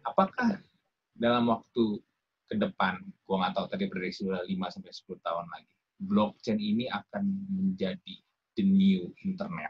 apakah dalam waktu ke depan, gue nggak tahu tadi prediksi udah 5 sampai 10 tahun lagi, blockchain ini akan menjadi the new internet.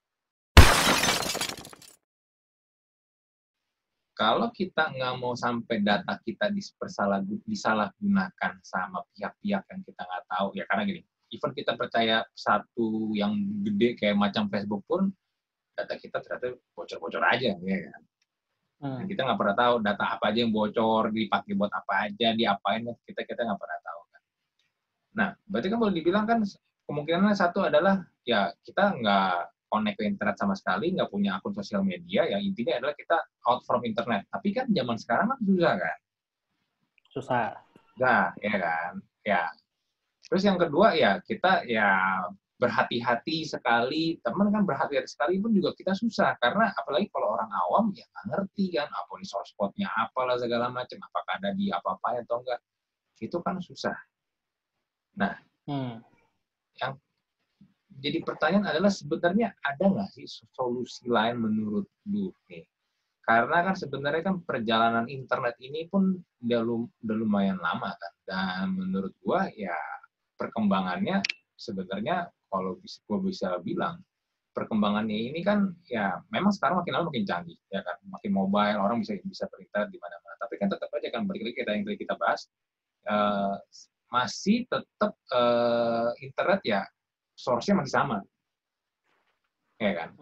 Kalau kita nggak mau sampai data kita disalahgunakan sama pihak-pihak yang kita nggak tahu, ya karena gini, even kita percaya satu yang gede kayak macam Facebook pun, data kita ternyata bocor-bocor aja, ya kan? Dan kita nggak pernah tahu data apa aja yang bocor, dipakai buat apa aja, diapain, kita nggak pernah tahu. Kan? Nah, berarti kan boleh dibilang kan kemungkinan satu adalah ya kita nggak connect ke internet sama sekali, nggak punya akun sosial media, yang intinya adalah kita out from internet. Tapi kan zaman sekarang kan susah kan? Susah. Nah, ya kan? Ya. Terus yang kedua ya kita ya berhati-hati sekali. Teman kan berhati-hati sekali pun juga kita susah. Karena apalagi kalau orang awam ya nggak ngerti kan. Apa ini source code-nya apalah segala macam. Apakah ada di apa-apa atau enggak. Itu kan susah. Nah, yang jadi pertanyaan adalah sebenarnya ada nggak sih solusi lain menurut lu nih? Karena kan sebenarnya kan perjalanan internet ini pun udah lumayan lama kan. Dan menurut gua ya perkembangannya sebenarnya kalau gua bisa bilang perkembangannya ini kan ya memang sekarang makin lama makin canggih ya kan. Makin mobile, orang bisa berinternet di mana-mana. Tapi kan tetap aja kan balik lagi yang tadi kita bahas masih tetap internet ya source-nya masih sama. Ya kan?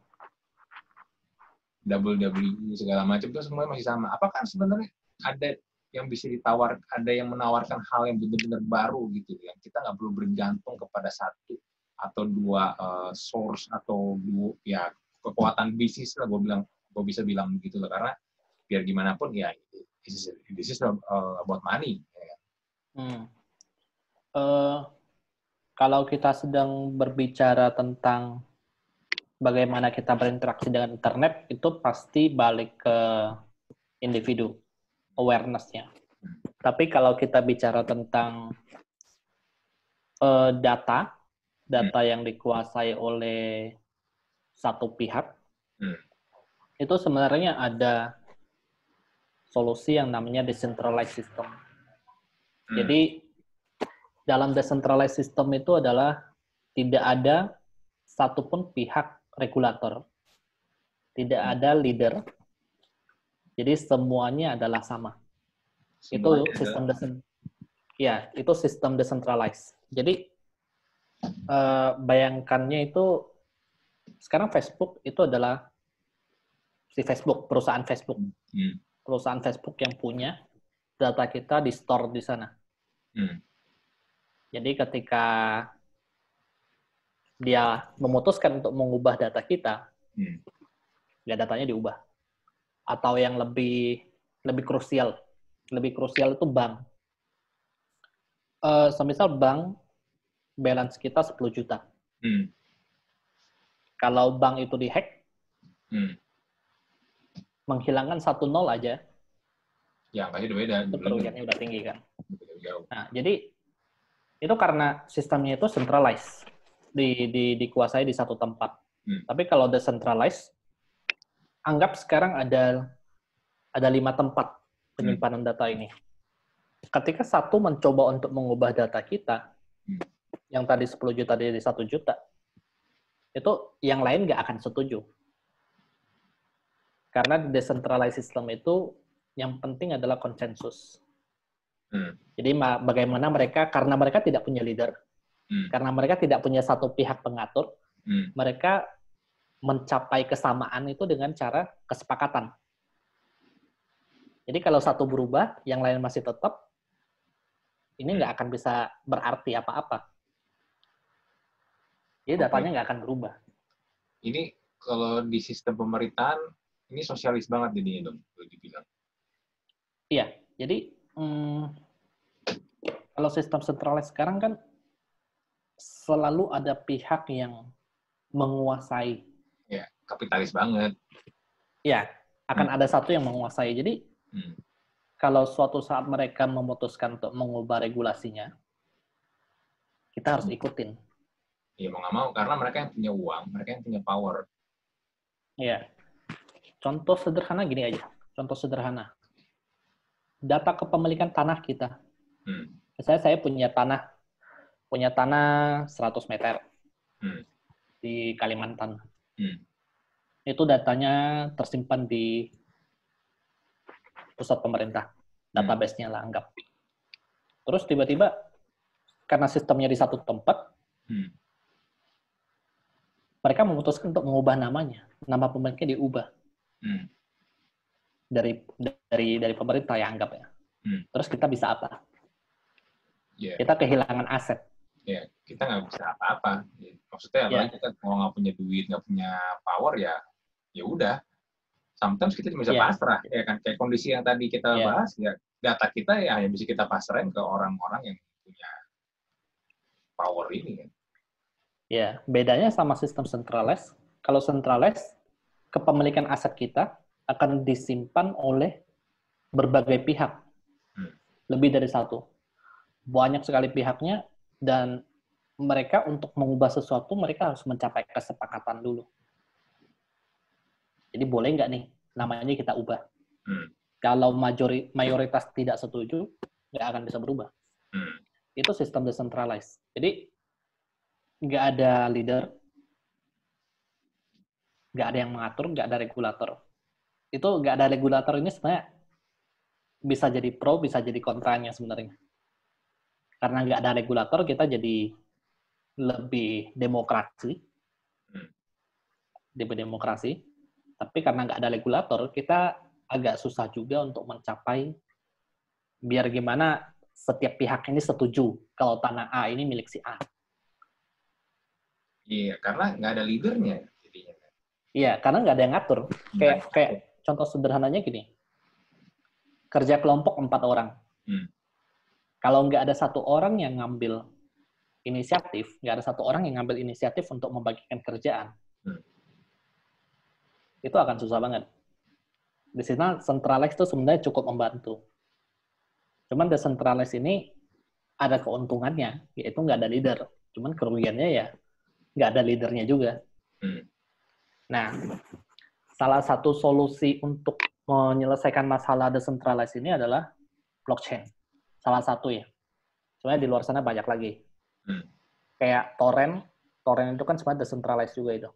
WWE segala macam itu semuanya masih sama. Apakah sebenarnya ada yang bisa ditawar, ada yang menawarkan hal yang benar-benar baru gitu, yang kita nggak perlu bergantung kepada satu atau dua source atau dua ya kekuatan bisnis lah, gue bisa bilang begitu lah, karena biar gimana pun ya this is about money. Ya. Kalau kita sedang berbicara tentang bagaimana kita berinteraksi dengan internet, itu pasti balik ke individu, awareness-nya. Tapi kalau kita bicara tentang data yang dikuasai oleh satu pihak, itu sebenarnya ada solusi yang namanya decentralized system. Jadi dalam decentralized system itu adalah tidak ada satupun pihak regulator, tidak ada leader, jadi semuanya adalah sama. Itu sistem decentralized. Jadi bayangkannya itu sekarang Facebook itu adalah perusahaan Facebook. Perusahaan Facebook yang punya data kita di store di sana. Jadi ketika dia memutuskan untuk mengubah data kita, ya datanya diubah. Atau yang lebih krusial itu bank. Semisal bank balance kita 10 juta. Kalau bank itu dihack, menghilangkan 1 nol aja, ya pasti beda. Itu kerugiannya udah tinggi kan. Nah, jadi itu karena sistemnya itu centralized, dikuasai di satu tempat. Tapi kalau decentralized, anggap sekarang ada 5 tempat penyimpanan data ini. Ketika satu mencoba untuk mengubah data kita, yang tadi 10 juta jadi 1 juta, itu yang lain nggak akan setuju. Karena di decentralized system itu yang penting adalah konsensus. Jadi bagaimana karena mereka tidak punya leader, karena mereka tidak punya satu pihak pengatur, mereka mencapai kesamaan itu dengan cara kesepakatan. Jadi kalau satu berubah, yang lain masih tetap, ini nggak akan bisa berarti apa-apa. Jadi datanya nggak akan berubah. Ini kalau di sistem pemerintahan, ini sosialis banget jadinya dong, boleh dibilang. Iya, jadi kalau sistem sentralis sekarang kan selalu ada pihak yang menguasai. Ya, kapitalis banget. Iya, akan ada satu yang menguasai. Jadi kalau suatu saat mereka memutuskan untuk mengubah regulasinya, kita harus ikutin. Iya, mau nggak mau, karena mereka yang punya uang, mereka yang punya power. Iya. Contoh sederhana gini aja. Contoh sederhana. data kepemilikan tanah kita. Misalnya saya punya tanah 100 meter di Kalimantan. Itu datanya tersimpan di pusat pemerintah, database-nya lah anggap. Terus tiba-tiba karena sistemnya di satu tempat, mereka memutuskan untuk mengubah namanya, nama pemiliknya diubah dari pemerintah ya anggap ya. Terus kita bisa apa? Kita kehilangan aset. Ya, kita nggak bisa apa-apa. Maksudnya apalagi kita kalau nggak punya duit, nggak punya power ya udah. Sometimes kita cuma bisa pasrah, ya kan? Kayak kondisi yang tadi kita bahas, ya data kita ya hanya bisa kita pasrahin ke orang-orang yang punya power ini kan. Ya, bedanya sama sistem centralized. Kalau centralized, kepemilikan aset kita akan disimpan oleh berbagai pihak. Lebih dari satu. Banyak sekali pihaknya, dan mereka untuk mengubah sesuatu, mereka harus mencapai kesepakatan dulu. Jadi boleh nggak nih namanya kita ubah? Kalau mayoritas tidak setuju, nggak akan bisa berubah. Itu sistem decentralized. Jadi nggak ada leader, nggak ada yang mengatur, nggak ada regulator. Itu nggak ada regulator ini sebenarnya bisa jadi pro, bisa jadi kontranya sebenarnya. Karena nggak ada regulator, kita jadi lebih demokrasi. Tapi karena nggak ada regulator, kita agak susah juga untuk mencapai biar gimana setiap pihak ini setuju kalau tanah A ini milik si A. Iya, karena nggak ada leadernya. Iya, karena nggak ada yang ngatur. Kayak contoh sederhananya gini, kerja kelompok 4 orang. Kalau nggak ada satu orang yang ngambil inisiatif, nggak ada satu orang yang ngambil inisiatif untuk membagikan kerjaan, itu akan susah banget. Di sini centralized itu sebenarnya cukup membantu. Cuman decentralized ini ada keuntungannya, yaitu nggak ada leader. Cuman kerugiannya ya nggak ada leadernya juga. Nah, salah satu solusi untuk menyelesaikan masalah decentralized ini adalah blockchain. Salah satu ya. Sebenarnya di luar sana banyak lagi. Kayak torrent itu kan sebenarnya decentralized juga itu.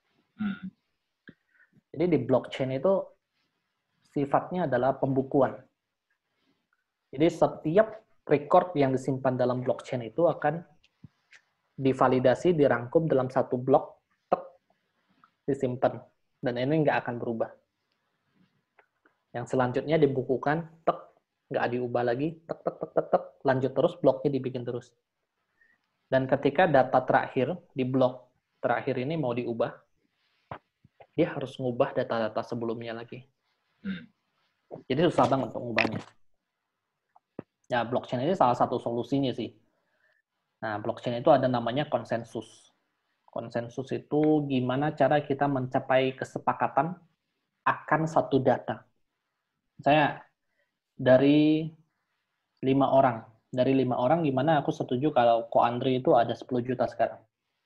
Jadi di blockchain itu sifatnya adalah pembukuan. Jadi setiap record yang disimpan dalam blockchain itu akan divalidasi, dirangkum dalam satu blok, disimpan. Dan ini nggak akan berubah. Yang selanjutnya dibukukan, nggak diubah lagi, lanjut terus, bloknya dibikin terus. Dan ketika data terakhir, di blok terakhir ini mau diubah, dia harus ngubah data-data sebelumnya lagi. Jadi susah banget untuk ngubahnya. Ya, blockchain ini salah satu solusinya sih. Nah, blockchain itu ada namanya konsensus. Konsensus itu gimana cara kita mencapai kesepakatan akan satu data. Saya dari 5 orang. Dari 5 orang gimana aku setuju kalau Ko Andri itu ada 10 juta sekarang.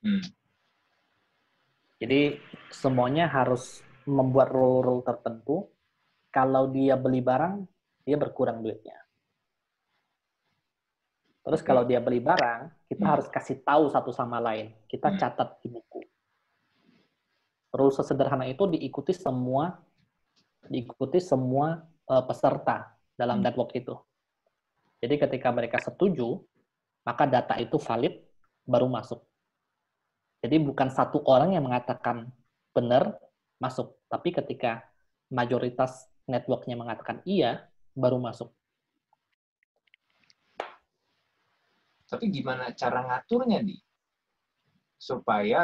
Jadi semuanya harus membuat rule-rule tertentu. Kalau dia beli barang, dia berkurang duitnya. Terus kalau dia beli barang, kita harus kasih tahu satu sama lain. Kita catat di buku. Rule sesederhana itu diikuti semua peserta dalam network itu. Jadi ketika mereka setuju, maka data itu valid, baru masuk. Jadi bukan satu orang yang mengatakan benar, masuk. Tapi ketika mayoritas networknya mengatakan iya, baru masuk. Tapi gimana cara ngaturnya, Di? Supaya,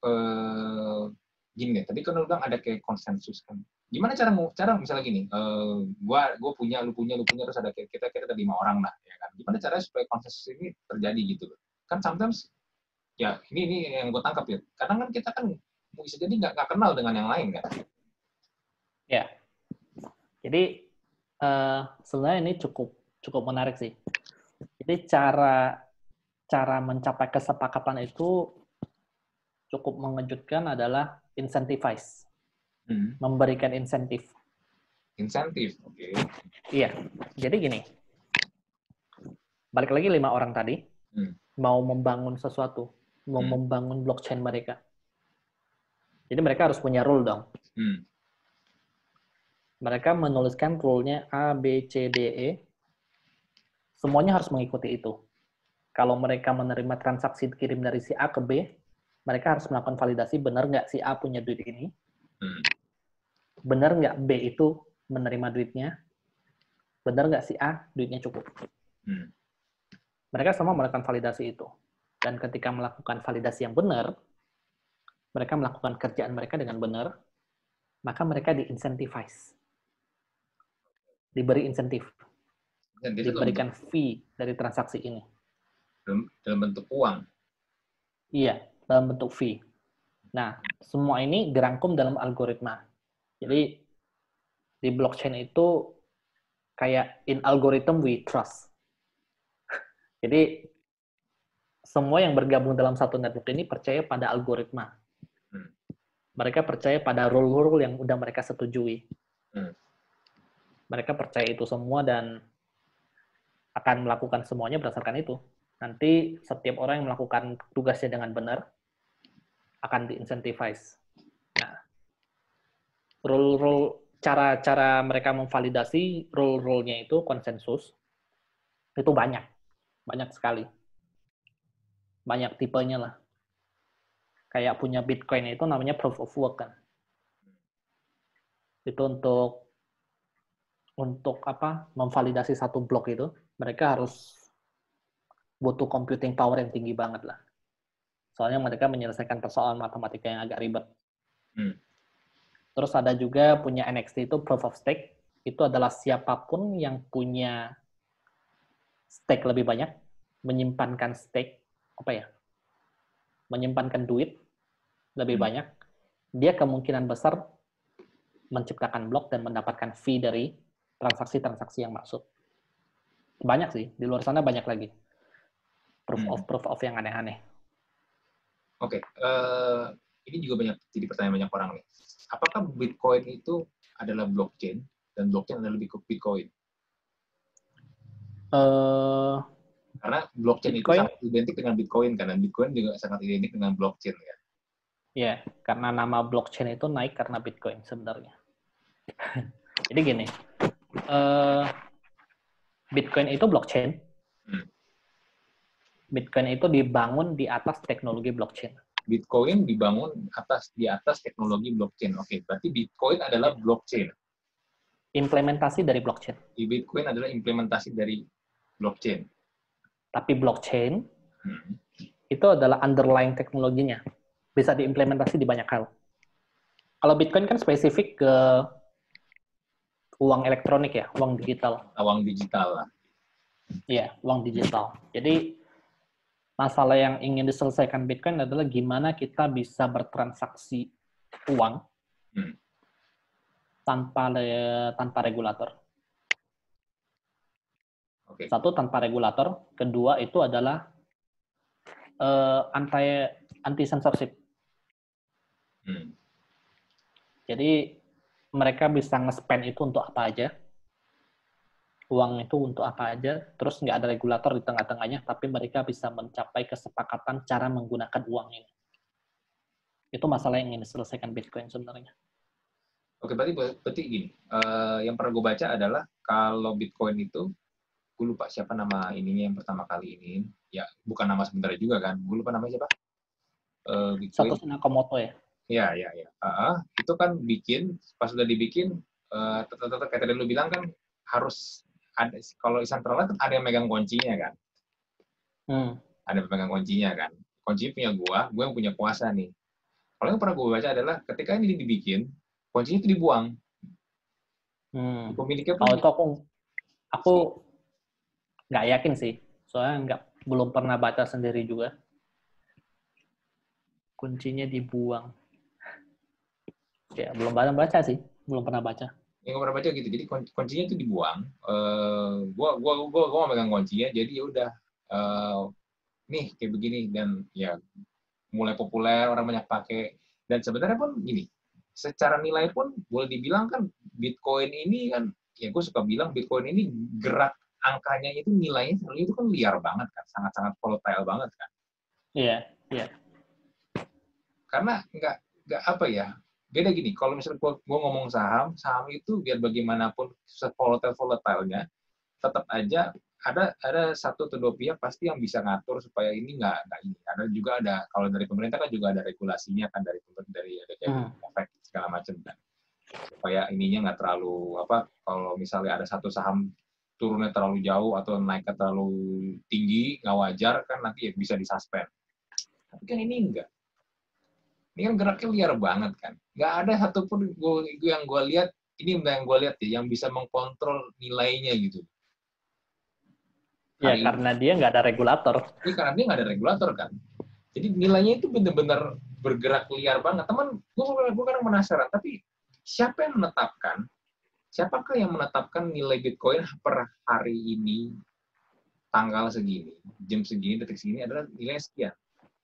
gini deh, tadi kan lu bilang ada kayak konsensus kan. Gimana cara misalnya gini, gue punya, lu punya, terus ada kayak kita 5 orang lah, ya kan? Gimana caranya supaya konsensus ini terjadi gitu loh? Kan sometimes, ya ini yang gue tangkap ya. Kadang kan kita kan bisa jadi nggak kenal dengan yang lain kan? Ya. Jadi sebenarnya ini cukup menarik sih. Jadi cara mencapai kesepakatan itu cukup mengejutkan adalah incentivize. Memberikan insentif. Insentif, oke. Iya. jadi gini, balik lagi 5 orang tadi, mau membangun sesuatu, mau membangun blockchain mereka. Jadi mereka harus punya rule dong. Mereka menuliskan rule-nya A, B, C, D, E. Semuanya harus mengikuti itu. Kalau mereka menerima transaksi dikirim dari si A ke B, mereka harus melakukan validasi, benar nggak si A punya duit ini? Benar nggak B itu menerima duitnya? Benar nggak si A duitnya cukup? Mereka semua melakukan validasi itu. Dan ketika melakukan validasi yang benar, mereka melakukan kerjaan mereka dengan benar, maka mereka di-incentivize. Diberi insentif. Diberikan fee dari transaksi ini. Dalam bentuk uang? Iya, dalam bentuk fee. Nah, semua ini dirangkum dalam algoritma. Jadi, di blockchain itu kayak in algorithm we trust. Jadi, semua yang bergabung dalam satu network ini percaya pada algoritma. Mereka percaya pada rule-rule yang udah mereka setujui. Mereka percaya itu semua dan akan melakukan semuanya berdasarkan itu. Nanti setiap orang yang melakukan tugasnya dengan benar akan di-incentivize. Nah, cara mereka memvalidasi rule-rule-nya itu konsensus. Itu banyak sekali. Banyak tipenya lah. Kayak punya Bitcoin itu namanya proof of work kan. Itu untuk apa? Memvalidasi satu blok itu, mereka harus butuh computing power yang tinggi banget lah. Soalnya mereka menyelesaikan persoalan matematika yang agak ribet. Terus ada juga punya NXT itu proof of stake. Itu adalah siapapun yang punya stake lebih banyak, menyimpankan stake, menyimpankan duit lebih banyak, dia kemungkinan besar menciptakan blok dan mendapatkan fee dari transaksi-transaksi yang masuk. Banyak sih, di luar sana banyak lagi. Proof of yang aneh-aneh. Oke, ini juga banyak jadi pertanyaan banyak orang nih. Apakah Bitcoin itu adalah blockchain dan blockchain adalah Bitcoin? Karena blockchain Bitcoin, itu sangat identik dengan Bitcoin, karena Bitcoin juga sangat identik dengan blockchain ya. Iya, karena nama blockchain itu naik karena Bitcoin sebenarnya. Jadi gini, Bitcoin itu blockchain. Bitcoin itu dibangun di atas teknologi blockchain. Bitcoin dibangun di atas teknologi blockchain. Oke, berarti Bitcoin adalah blockchain. Implementasi dari blockchain. Bitcoin adalah implementasi dari blockchain. Tapi blockchain itu adalah underlying teknologinya. Bisa diimplementasi di banyak hal. Kalau Bitcoin kan spesifik ke uang elektronik ya, uang digital. Uang digital lah. Iya, uang digital. Jadi masalah yang ingin diselesaikan Bitcoin adalah gimana kita bisa bertransaksi uang tanpa regulator. Okay. Satu, tanpa regulator. Kedua, itu adalah anti censorship. Jadi mereka bisa nge-spend itu untuk apa aja. Uang itu untuk apa aja, terus nggak ada regulator di tengah-tengahnya, tapi mereka bisa mencapai kesepakatan cara menggunakan uang ini. Itu masalah yang ingin diselesaikan Bitcoin sebenarnya. Oke, berarti gini, yang pernah gue baca adalah kalau Bitcoin itu, gue lupa siapa nama ininya yang pertama kali ini, ya bukan nama sebenarnya juga kan, gue lupa namanya siapa? Bitcoin. Satoshi Nakamoto ya? Ya. Itu kan pas udah dibikin, kayak tadi lu bilang kan, harus ada, kalau decentralized ada yang megang kuncinya kan. Ada yang megang kuncinya kan. Kuncinya punya gue yang punya kuasa nih. Kalau yang pernah gue baca adalah ketika ini dibikin, kuncinya itu dibuang. Pemiliknya pun. Itu aku nggak yakin sih. Soalnya belum pernah baca sendiri juga. Kuncinya dibuang. Ya, belum pernah baca sih. Belum pernah baca. Yang pernah baca gitu. Jadi kuncinya itu dibuang. Gua megang kuncinya. Jadi ya udah. Nih kayak begini dan ya mulai populer, orang banyak pakai. Dan sebenarnya pun gini. Secara nilai pun boleh dibilang kan Bitcoin ini kan ya gue suka bilang Bitcoin ini gerak angkanya itu nilainya itu kan liar banget kan, sangat-sangat volatile banget kan. Iya, iya. Karena nggak apa ya, beda gini, kalau misalnya gue ngomong saham itu biar bagaimanapun volatile-volatilenya, tetap aja ada satu atau dua pihak pasti yang bisa ngatur supaya ini nggak ini. Ada juga kalau dari pemerintah kan juga ada regulasinya kan dari ada kayak efek segala macam kan. Supaya ininya nggak terlalu kalau misalnya ada satu saham turunnya terlalu jauh atau naiknya terlalu tinggi nggak wajar kan nanti ya bisa disuspend. Tapi kan ini enggak. Ini kan geraknya liar banget kan. Nggak ada satupun yang gue lihat, ini yang gue lihat ya, yang bisa mengkontrol nilainya gitu. Ya, karena dia nggak ada regulator. Ini karena dia nggak ada regulator kan. Jadi nilainya itu benar-benar bergerak liar banget. Teman, gue kadang penasaran, tapi siapa yang menetapkan, siapakah yang menetapkan nilai Bitcoin per hari ini, tanggal segini, jam segini, detik segini adalah nilai sekian?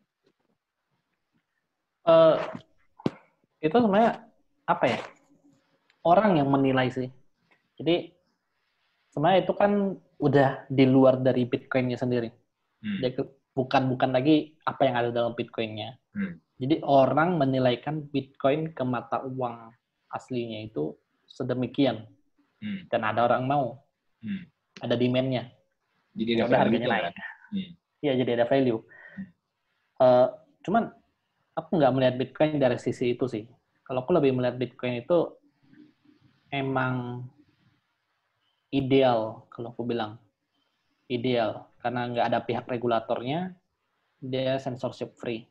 Itu sebenarnya apa ya? Orang yang menilai sih. Jadi sebenarnya itu kan udah di luar dari Bitcoin-nya sendiri. Jadi bukan lagi apa yang ada dalam Bitcoin-nya. Jadi orang menilaikan Bitcoin ke mata uang aslinya itu sedemikian. Dan ada orang mau. Ada demand-nya. Jadi ada harganya naik. Iya, jadi ada value. Cuman aku nggak melihat Bitcoin dari sisi itu sih. Kalau aku lebih melihat Bitcoin itu emang ideal, kalau aku bilang. Ideal. Karena nggak ada pihak regulatornya, dia censorship free.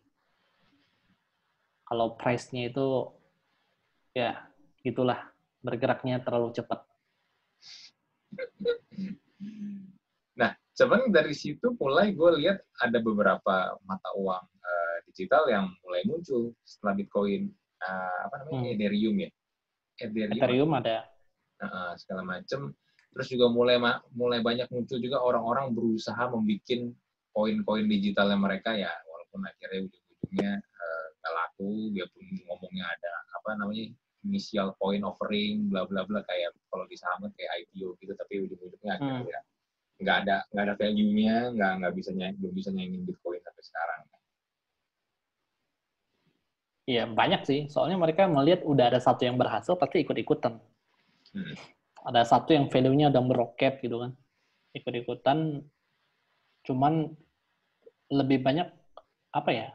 Kalau price-nya itu, ya gitulah, bergeraknya terlalu cepat. Nah, sebenarnya dari situ mulai gue lihat ada beberapa mata uang digital yang mulai muncul setelah Bitcoin, Ethereum ya. Ethereum ada. Segala macam. Terus juga mulai banyak muncul juga orang-orang berusaha membuat koin-koin digitalnya mereka ya, walaupun akhirnya ujung-ujungnya nggak laku, dia pun ngomongnya ada initial coin offering, bla bla bla, kayak kalau di saham kayak IPO gitu, tapi ujung-ujungnya akhirnya nggak ada value-nya, belum bisa nyaingin Bitcoin sampai sekarang. Iya, banyak sih. Soalnya mereka melihat udah ada satu yang berhasil, pasti ikut-ikutan. Ada satu yang value-nya udah meroket gitu kan. Ikut-ikutan, cuman lebih banyak apa ya?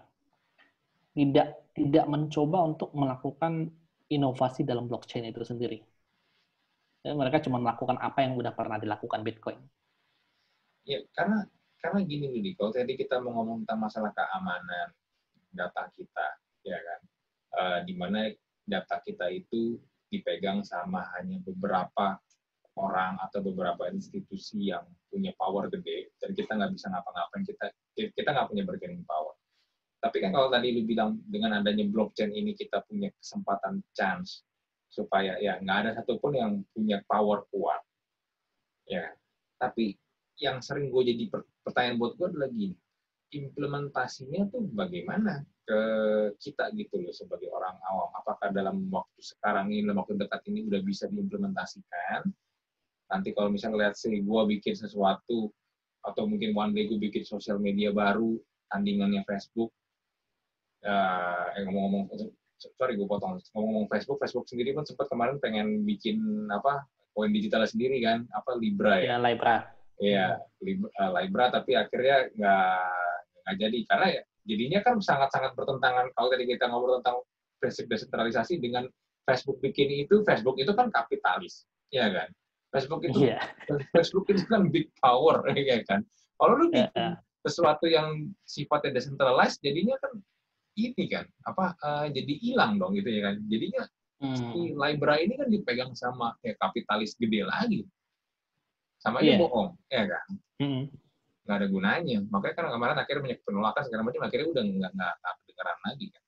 Tidak mencoba untuk melakukan inovasi dalam blockchain itu sendiri. Dan mereka cuma melakukan apa yang udah pernah dilakukan Bitcoin. Ya, karena gini nih, kalau tadi kita mau ngomong tentang masalah keamanan data kita, ya kan, di mana data kita itu dipegang sama hanya beberapa orang atau beberapa institusi yang punya power gede, dan kita nggak bisa ngapa-ngapain, kita nggak punya bargaining power. Tapi kan kalau tadi lu bilang dengan adanya blockchain ini kita punya kesempatan chance supaya ya nggak ada satupun yang punya power kuat, ya. Tapi yang sering gue jadi pertanyaan buat gue adalah gini, implementasinya tuh bagaimana ke kita gitu loh sebagai orang awam? Apakah dalam waktu sekarang ini, dalam waktu dekat ini udah bisa diimplementasikan? Nanti kalau misalnya lihat sih gue bikin sesuatu, atau mungkin one day gue bikin sosial media baru, tandingannya Facebook, ngomong-ngomong, sorry gue potong, ngomong-ngomong Facebook sendiri pun sempat kemarin pengen bikin koin digital sendiri kan, Libra ya? Ya, Libra. Iya, Libra, tapi akhirnya nggak jadi, karena ya jadinya kan sangat-sangat bertentangan. Kalau tadi kita ngobrol tentang prinsip desentralisasi dengan Facebook bikin Facebook itu kan kapitalis, ya kan? Facebook itu kan big power, ya kan? Kalau lu bikin sesuatu yang sifatnya decentralized, jadinya kan ini kan jadi hilang dong gitu ya kan? Jadinya si Libra ini kan dipegang sama kapitalis gede lagi. Sama aja bohong, ya kan? Nggak ada gunanya. Makanya kan kemarin akhirnya banyak penolakan segala macam, akhirnya udah nggak kedengeran lagi kan.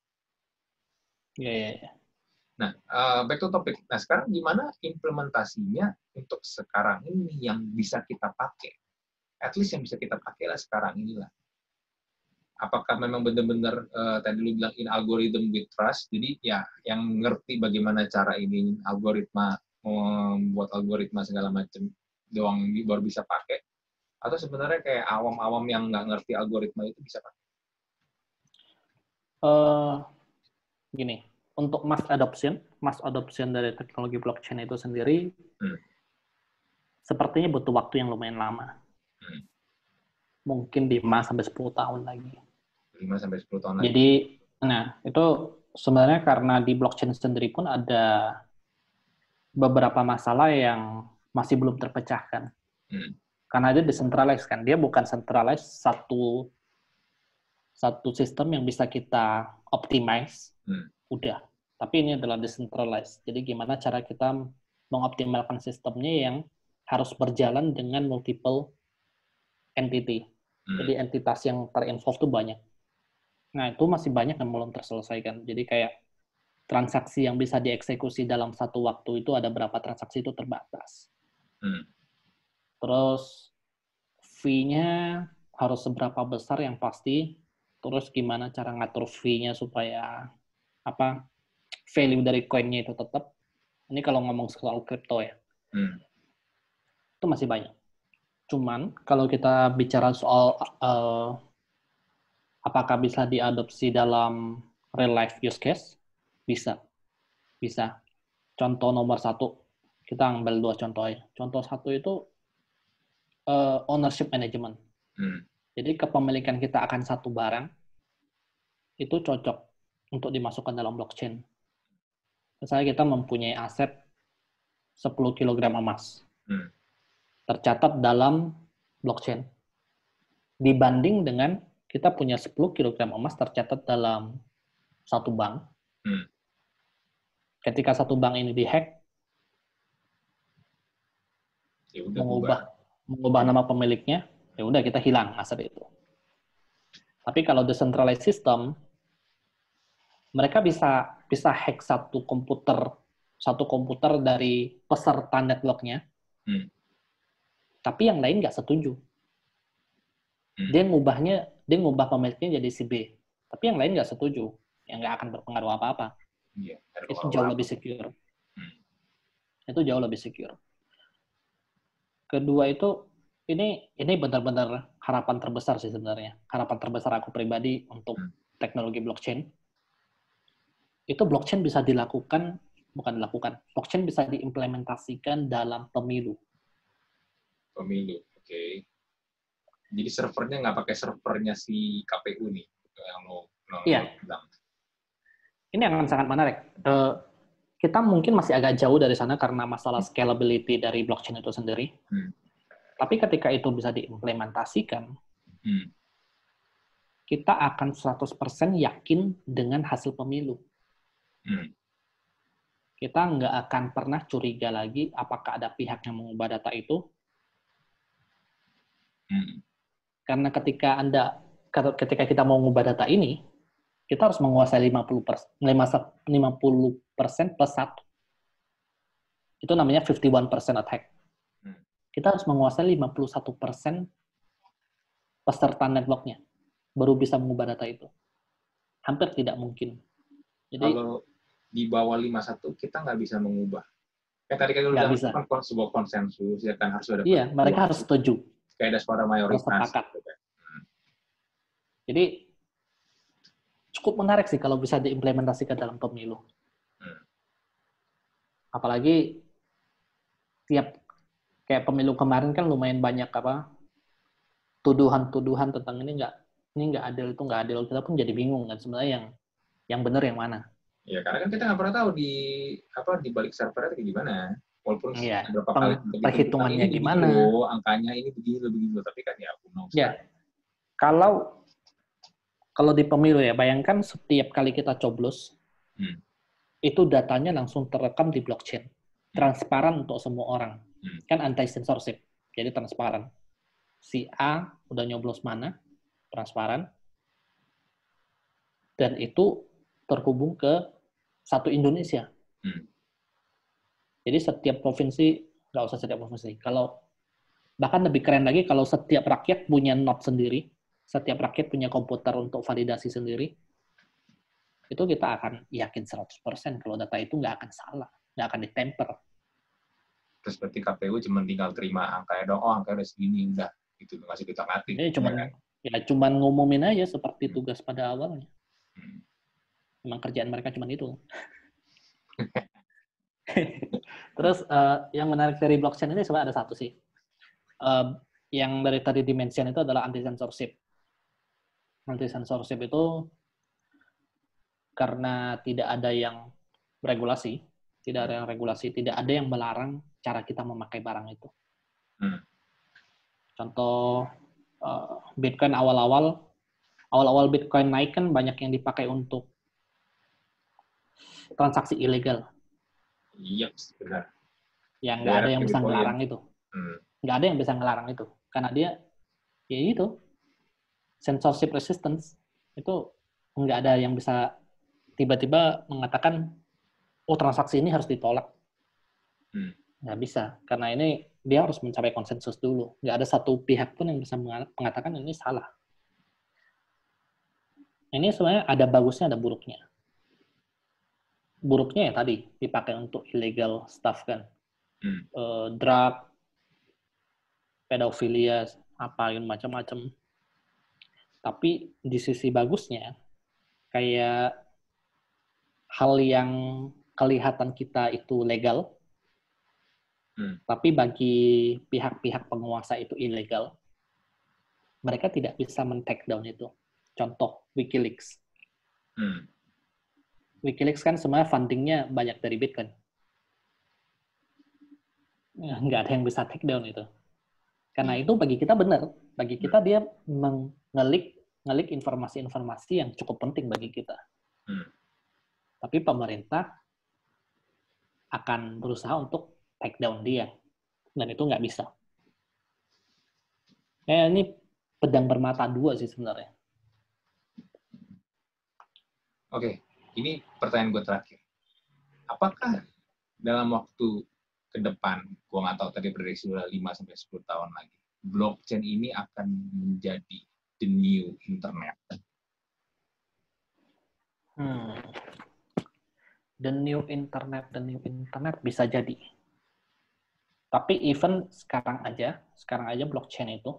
Iya. Nah, back to topic. Nah, sekarang gimana implementasinya untuk sekarang ini yang bisa kita pakai? At least yang bisa kita pakai lah sekarang inilah. Apakah memang benar-benar tadi lu bilang in algorithm with trust, jadi ya yang ngerti bagaimana cara ini algoritma membuat algoritma segala macam doang baru bisa pakai, atau sebenarnya kayak awam-awam yang nggak ngerti algoritma itu bisa pakai? Gini, untuk mass adoption dari teknologi blockchain itu sendiri, sepertinya butuh waktu yang lumayan lama. Mungkin 5-10 tahun lagi. 5-10 tahun lagi. Jadi, nah, itu sebenarnya karena di blockchain sendiri pun ada beberapa masalah yang masih belum terpecahkan. Karena dia decentralized kan, dia bukan centralized satu sistem yang bisa kita optimize, udah. Tapi ini adalah decentralized. Jadi gimana cara kita mengoptimalkan sistemnya yang harus berjalan dengan multiple entity. Jadi entitas yang terinvolve itu banyak. Nah, itu masih banyak yang belum terselesaikan. Jadi kayak transaksi yang bisa dieksekusi dalam satu waktu itu ada berapa transaksi itu terbatas. Terus fee-nya harus seberapa besar yang pasti. Terus gimana cara ngatur fee-nya supaya value dari coin-nya itu tetap. Ini kalau ngomong soal crypto ya. Itu masih banyak. Cuman kalau kita bicara soal apakah bisa diadopsi dalam real life use case? Bisa. Contoh nomor 1, kita ambil 2 contoh ya. Contoh 1 itu ownership management. Jadi kepemilikan kita akan satu barang itu cocok untuk dimasukkan dalam blockchain. Misalnya kita mempunyai aset 10 kg emas. Tercatat dalam blockchain. Dibanding dengan kita punya 10 kg emas tercatat dalam satu bank. Ketika satu bank ini dihack, mengubah nama pemiliknya, ya udah kita hilang aset itu. Tapi kalau decentralized system, mereka bisa hack satu komputer dari peserta networknya, tapi yang lain nggak setuju. Dia ngubah pemiliknya jadi si B, tapi yang lain nggak setuju, yang nggak akan berpengaruh apa-apa. Itu jauh lebih secure. Kedua itu, ini benar-benar harapan terbesar sih sebenarnya. Harapan terbesar aku pribadi untuk teknologi blockchain. Itu blockchain bisa blockchain bisa diimplementasikan dalam pemilu. Oke. Jadi servernya nggak pakai servernya si KPU nih, yang lo bilang. Ini akan sangat menarik. Kita mungkin masih agak jauh dari sana karena masalah scalability dari blockchain itu sendiri. Tapi ketika itu bisa diimplementasikan, kita akan 100% yakin dengan hasil pemilu. Kita nggak akan pernah curiga lagi apakah ada pihak yang mengubah data itu. Karena ketika kita mau mengubah data ini, kita harus menguasai 50% plus 1. Itu namanya 51% attack. Kita harus menguasai 51% peserta networknya, baru bisa mengubah data itu. Hampir tidak mungkin. Jadi, kalau di bawah 51 kita nggak bisa mengubah. Tadi kan udah kan sebuah konsensus, ya kan harus ada. Iya, mereka harus setuju. Kayak ada suara mayoritas. Jadi cukup menarik sih kalau bisa diimplementasikan dalam pemilu. Apalagi kayak pemilu kemarin kan lumayan banyak tuduhan-tuduhan tentang ini nggak adil, itu nggak adil. Kita pun jadi bingung kan sebenarnya yang benar yang mana. Ya karena kan kita nggak pernah tahu di balik servernya kayak gimana. Walaupun berapa kali perhitungannya gimana, angkanya ini begini, tapi kan ya kalau di pemilu ya, bayangkan setiap kali kita coblos, itu datanya langsung terekam di blockchain. Transparan untuk semua orang. Kan anti-censorship, jadi transparan. Si A udah nyoblos mana, transparan. Dan itu terhubung ke satu Indonesia. Jadi setiap provinsi, nggak usah setiap provinsi, bahkan lebih keren lagi kalau setiap rakyat punya node sendiri, setiap rakyat punya komputer untuk validasi sendiri, itu kita akan yakin 100% kalau data itu nggak akan salah, nggak akan ditemper. Terus berarti KPU cuma tinggal terima angkanya dong, oh angkanya udah segini, udah gitu, nggak usah ditamatin. Ini cuman ngumumin aja seperti tugas pada awalnya. Memang kerjaan mereka cuma itu. Terus yang menarik dari blockchain ini sebenarnya ada satu sih. Yang dari tadi dimention itu adalah anti-censorship. Anti-censorship itu karena tidak ada yang regulasi, tidak ada yang melarang cara kita memakai barang itu. Contoh Bitcoin awal-awal Bitcoin naik kan banyak yang dipakai untuk transaksi ilegal. Iya, benar. Yang nggak ada yang bisa ngelarang itu. Nggak ada yang bisa ngelarang itu. Karena dia, ya itu, censorship resistance, itu nggak ada yang bisa tiba-tiba mengatakan, oh transaksi ini harus ditolak. Nggak bisa. Karena ini dia harus mencapai konsensus dulu. Nggak ada satu pihak pun yang bisa mengatakan ini salah. Ini sebenarnya ada bagusnya, ada buruknya. Buruknya ya tadi, dipakai untuk illegal stuff kan. Drug, pedofilia, apa yang macam-macam. Tapi di sisi bagusnya, kayak hal yang kelihatan kita itu legal, tapi bagi pihak-pihak penguasa itu ilegal, mereka tidak bisa men-take down itu. Contoh, WikiLeaks. WikiLeaks kan sebenarnya fundingnya banyak dari Bitcoin. Nggak ada yang bisa take down itu. Karena itu bagi kita benar. Bagi kita dia ngelik informasi-informasi yang cukup penting bagi kita. Tapi pemerintah akan berusaha untuk take down dia. Dan itu nggak bisa. Ini pedang bermata dua sih sebenarnya. Oke, ini pertanyaan gue terakhir. Apakah dalam waktu ke depan, gue nggak tahu tadi prediksi udah 5-10 tahun lagi, blockchain ini akan menjadi the new internet? The new internet bisa jadi. Tapi even sekarang aja blockchain itu,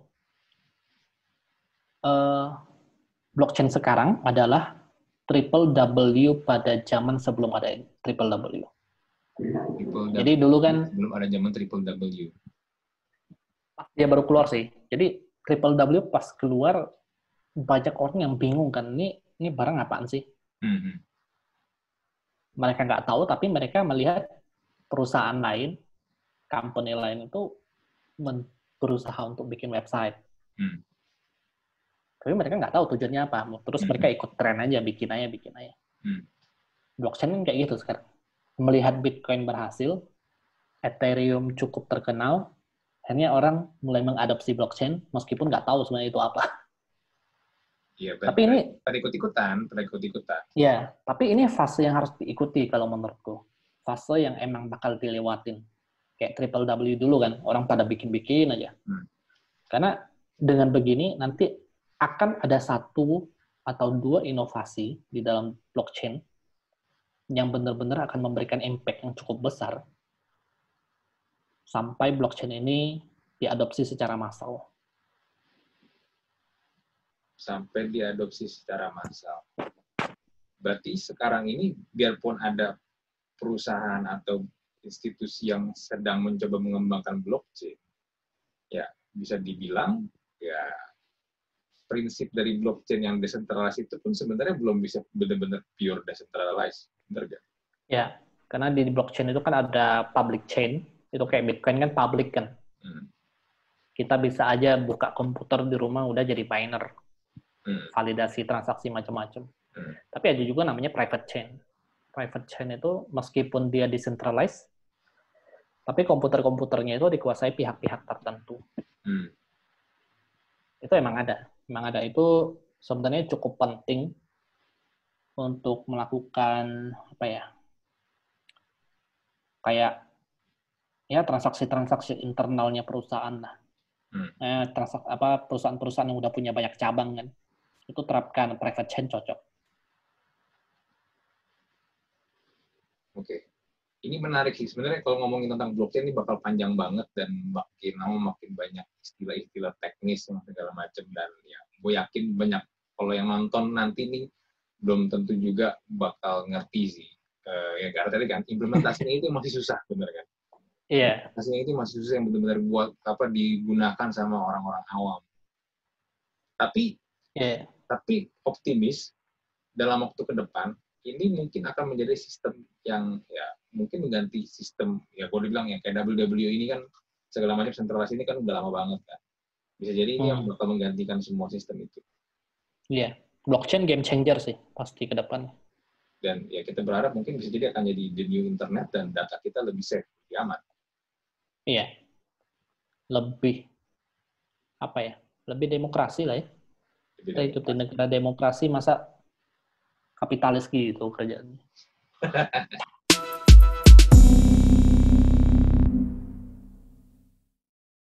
blockchain sekarang adalah triple W pada zaman sebelum ada triple W. Jadi dulu kan belum ada zaman triple W. Dia baru keluar sih. Jadi triple W pas keluar banyak orang yang bingung kan, ini barang apaan sih? Mereka nggak tahu, tapi mereka melihat perusahaan lain, company lain itu berusaha untuk bikin website. Tapi mereka nggak tahu tujuannya apa. Terus mereka ikut tren aja, bikin aja. Blockchain kan kayak gitu sekarang. Melihat Bitcoin berhasil, Ethereum cukup terkenal, akhirnya orang mulai mengadopsi blockchain, meskipun nggak tahu sebenarnya itu apa. Iya, tapi ini ikut-ikutan. Ya, tapi ini fase yang harus diikuti kalau menurutku. Fase yang emang bakal dilewatin. Kayak triple W dulu kan, orang pada bikin-bikin aja. Karena dengan begini nanti akan ada 1 atau 2 inovasi di dalam blockchain yang benar-benar akan memberikan impact yang cukup besar sampai blockchain ini diadopsi secara massal. Berarti sekarang ini biarpun ada perusahaan atau institusi yang sedang mencoba mengembangkan blockchain, ya bisa dibilang ya prinsip dari blockchain yang decentralized itu pun sebenarnya belum bisa benar-benar pure decentralized, benar gak? Ya, karena di blockchain itu kan ada public chain, itu kayak Bitcoin kan public kan. Kita bisa aja buka komputer di rumah udah jadi miner, validasi transaksi macam-macam. Tapi ada juga namanya private chain. Private chain itu meskipun dia decentralized, tapi komputer-komputernya itu dikuasai pihak-pihak tertentu. Itu emang ada. Itu sebenarnya cukup penting untuk melakukan kayak ya transaksi-transaksi internalnya perusahaan lah. Perusahaan-perusahaan yang udah punya banyak cabang kan, itu terapkan private chain cocok. Oke. Ini menarik sih. Sebenarnya kalau ngomongin tentang blockchain ini bakal panjang banget dan makin banyak istilah-istilah teknis yang segala macam, dan ya gue yakin banyak kalau yang nonton nanti nih belum tentu juga bakal ngerti sih. Ya karena tadi kan implementasinya itu masih susah, bener kan? Iya. Implementasinya itu masih susah yang benar-benar buat digunakan sama orang-orang awam. Tapi optimis dalam waktu ke depan ini mungkin akan menjadi sistem yang ya mungkin mengganti sistem, ya boleh bilang ya kayak WWE ini kan segala macam sentralisasi ini kan udah lama banget kan. Bisa jadi ini yang bakal menggantikan semua sistem itu. Iya, blockchain game changer sih pasti ke depan. Dan ya kita berharap mungkin bisa jadi akan jadi the new internet dan data kita lebih safe, lebih aman. Iya. Lebih apa ya? Lebih demokrasi lah ya. Kita hidup di negara demokrasi, masa kapitalis gitu kerjanya.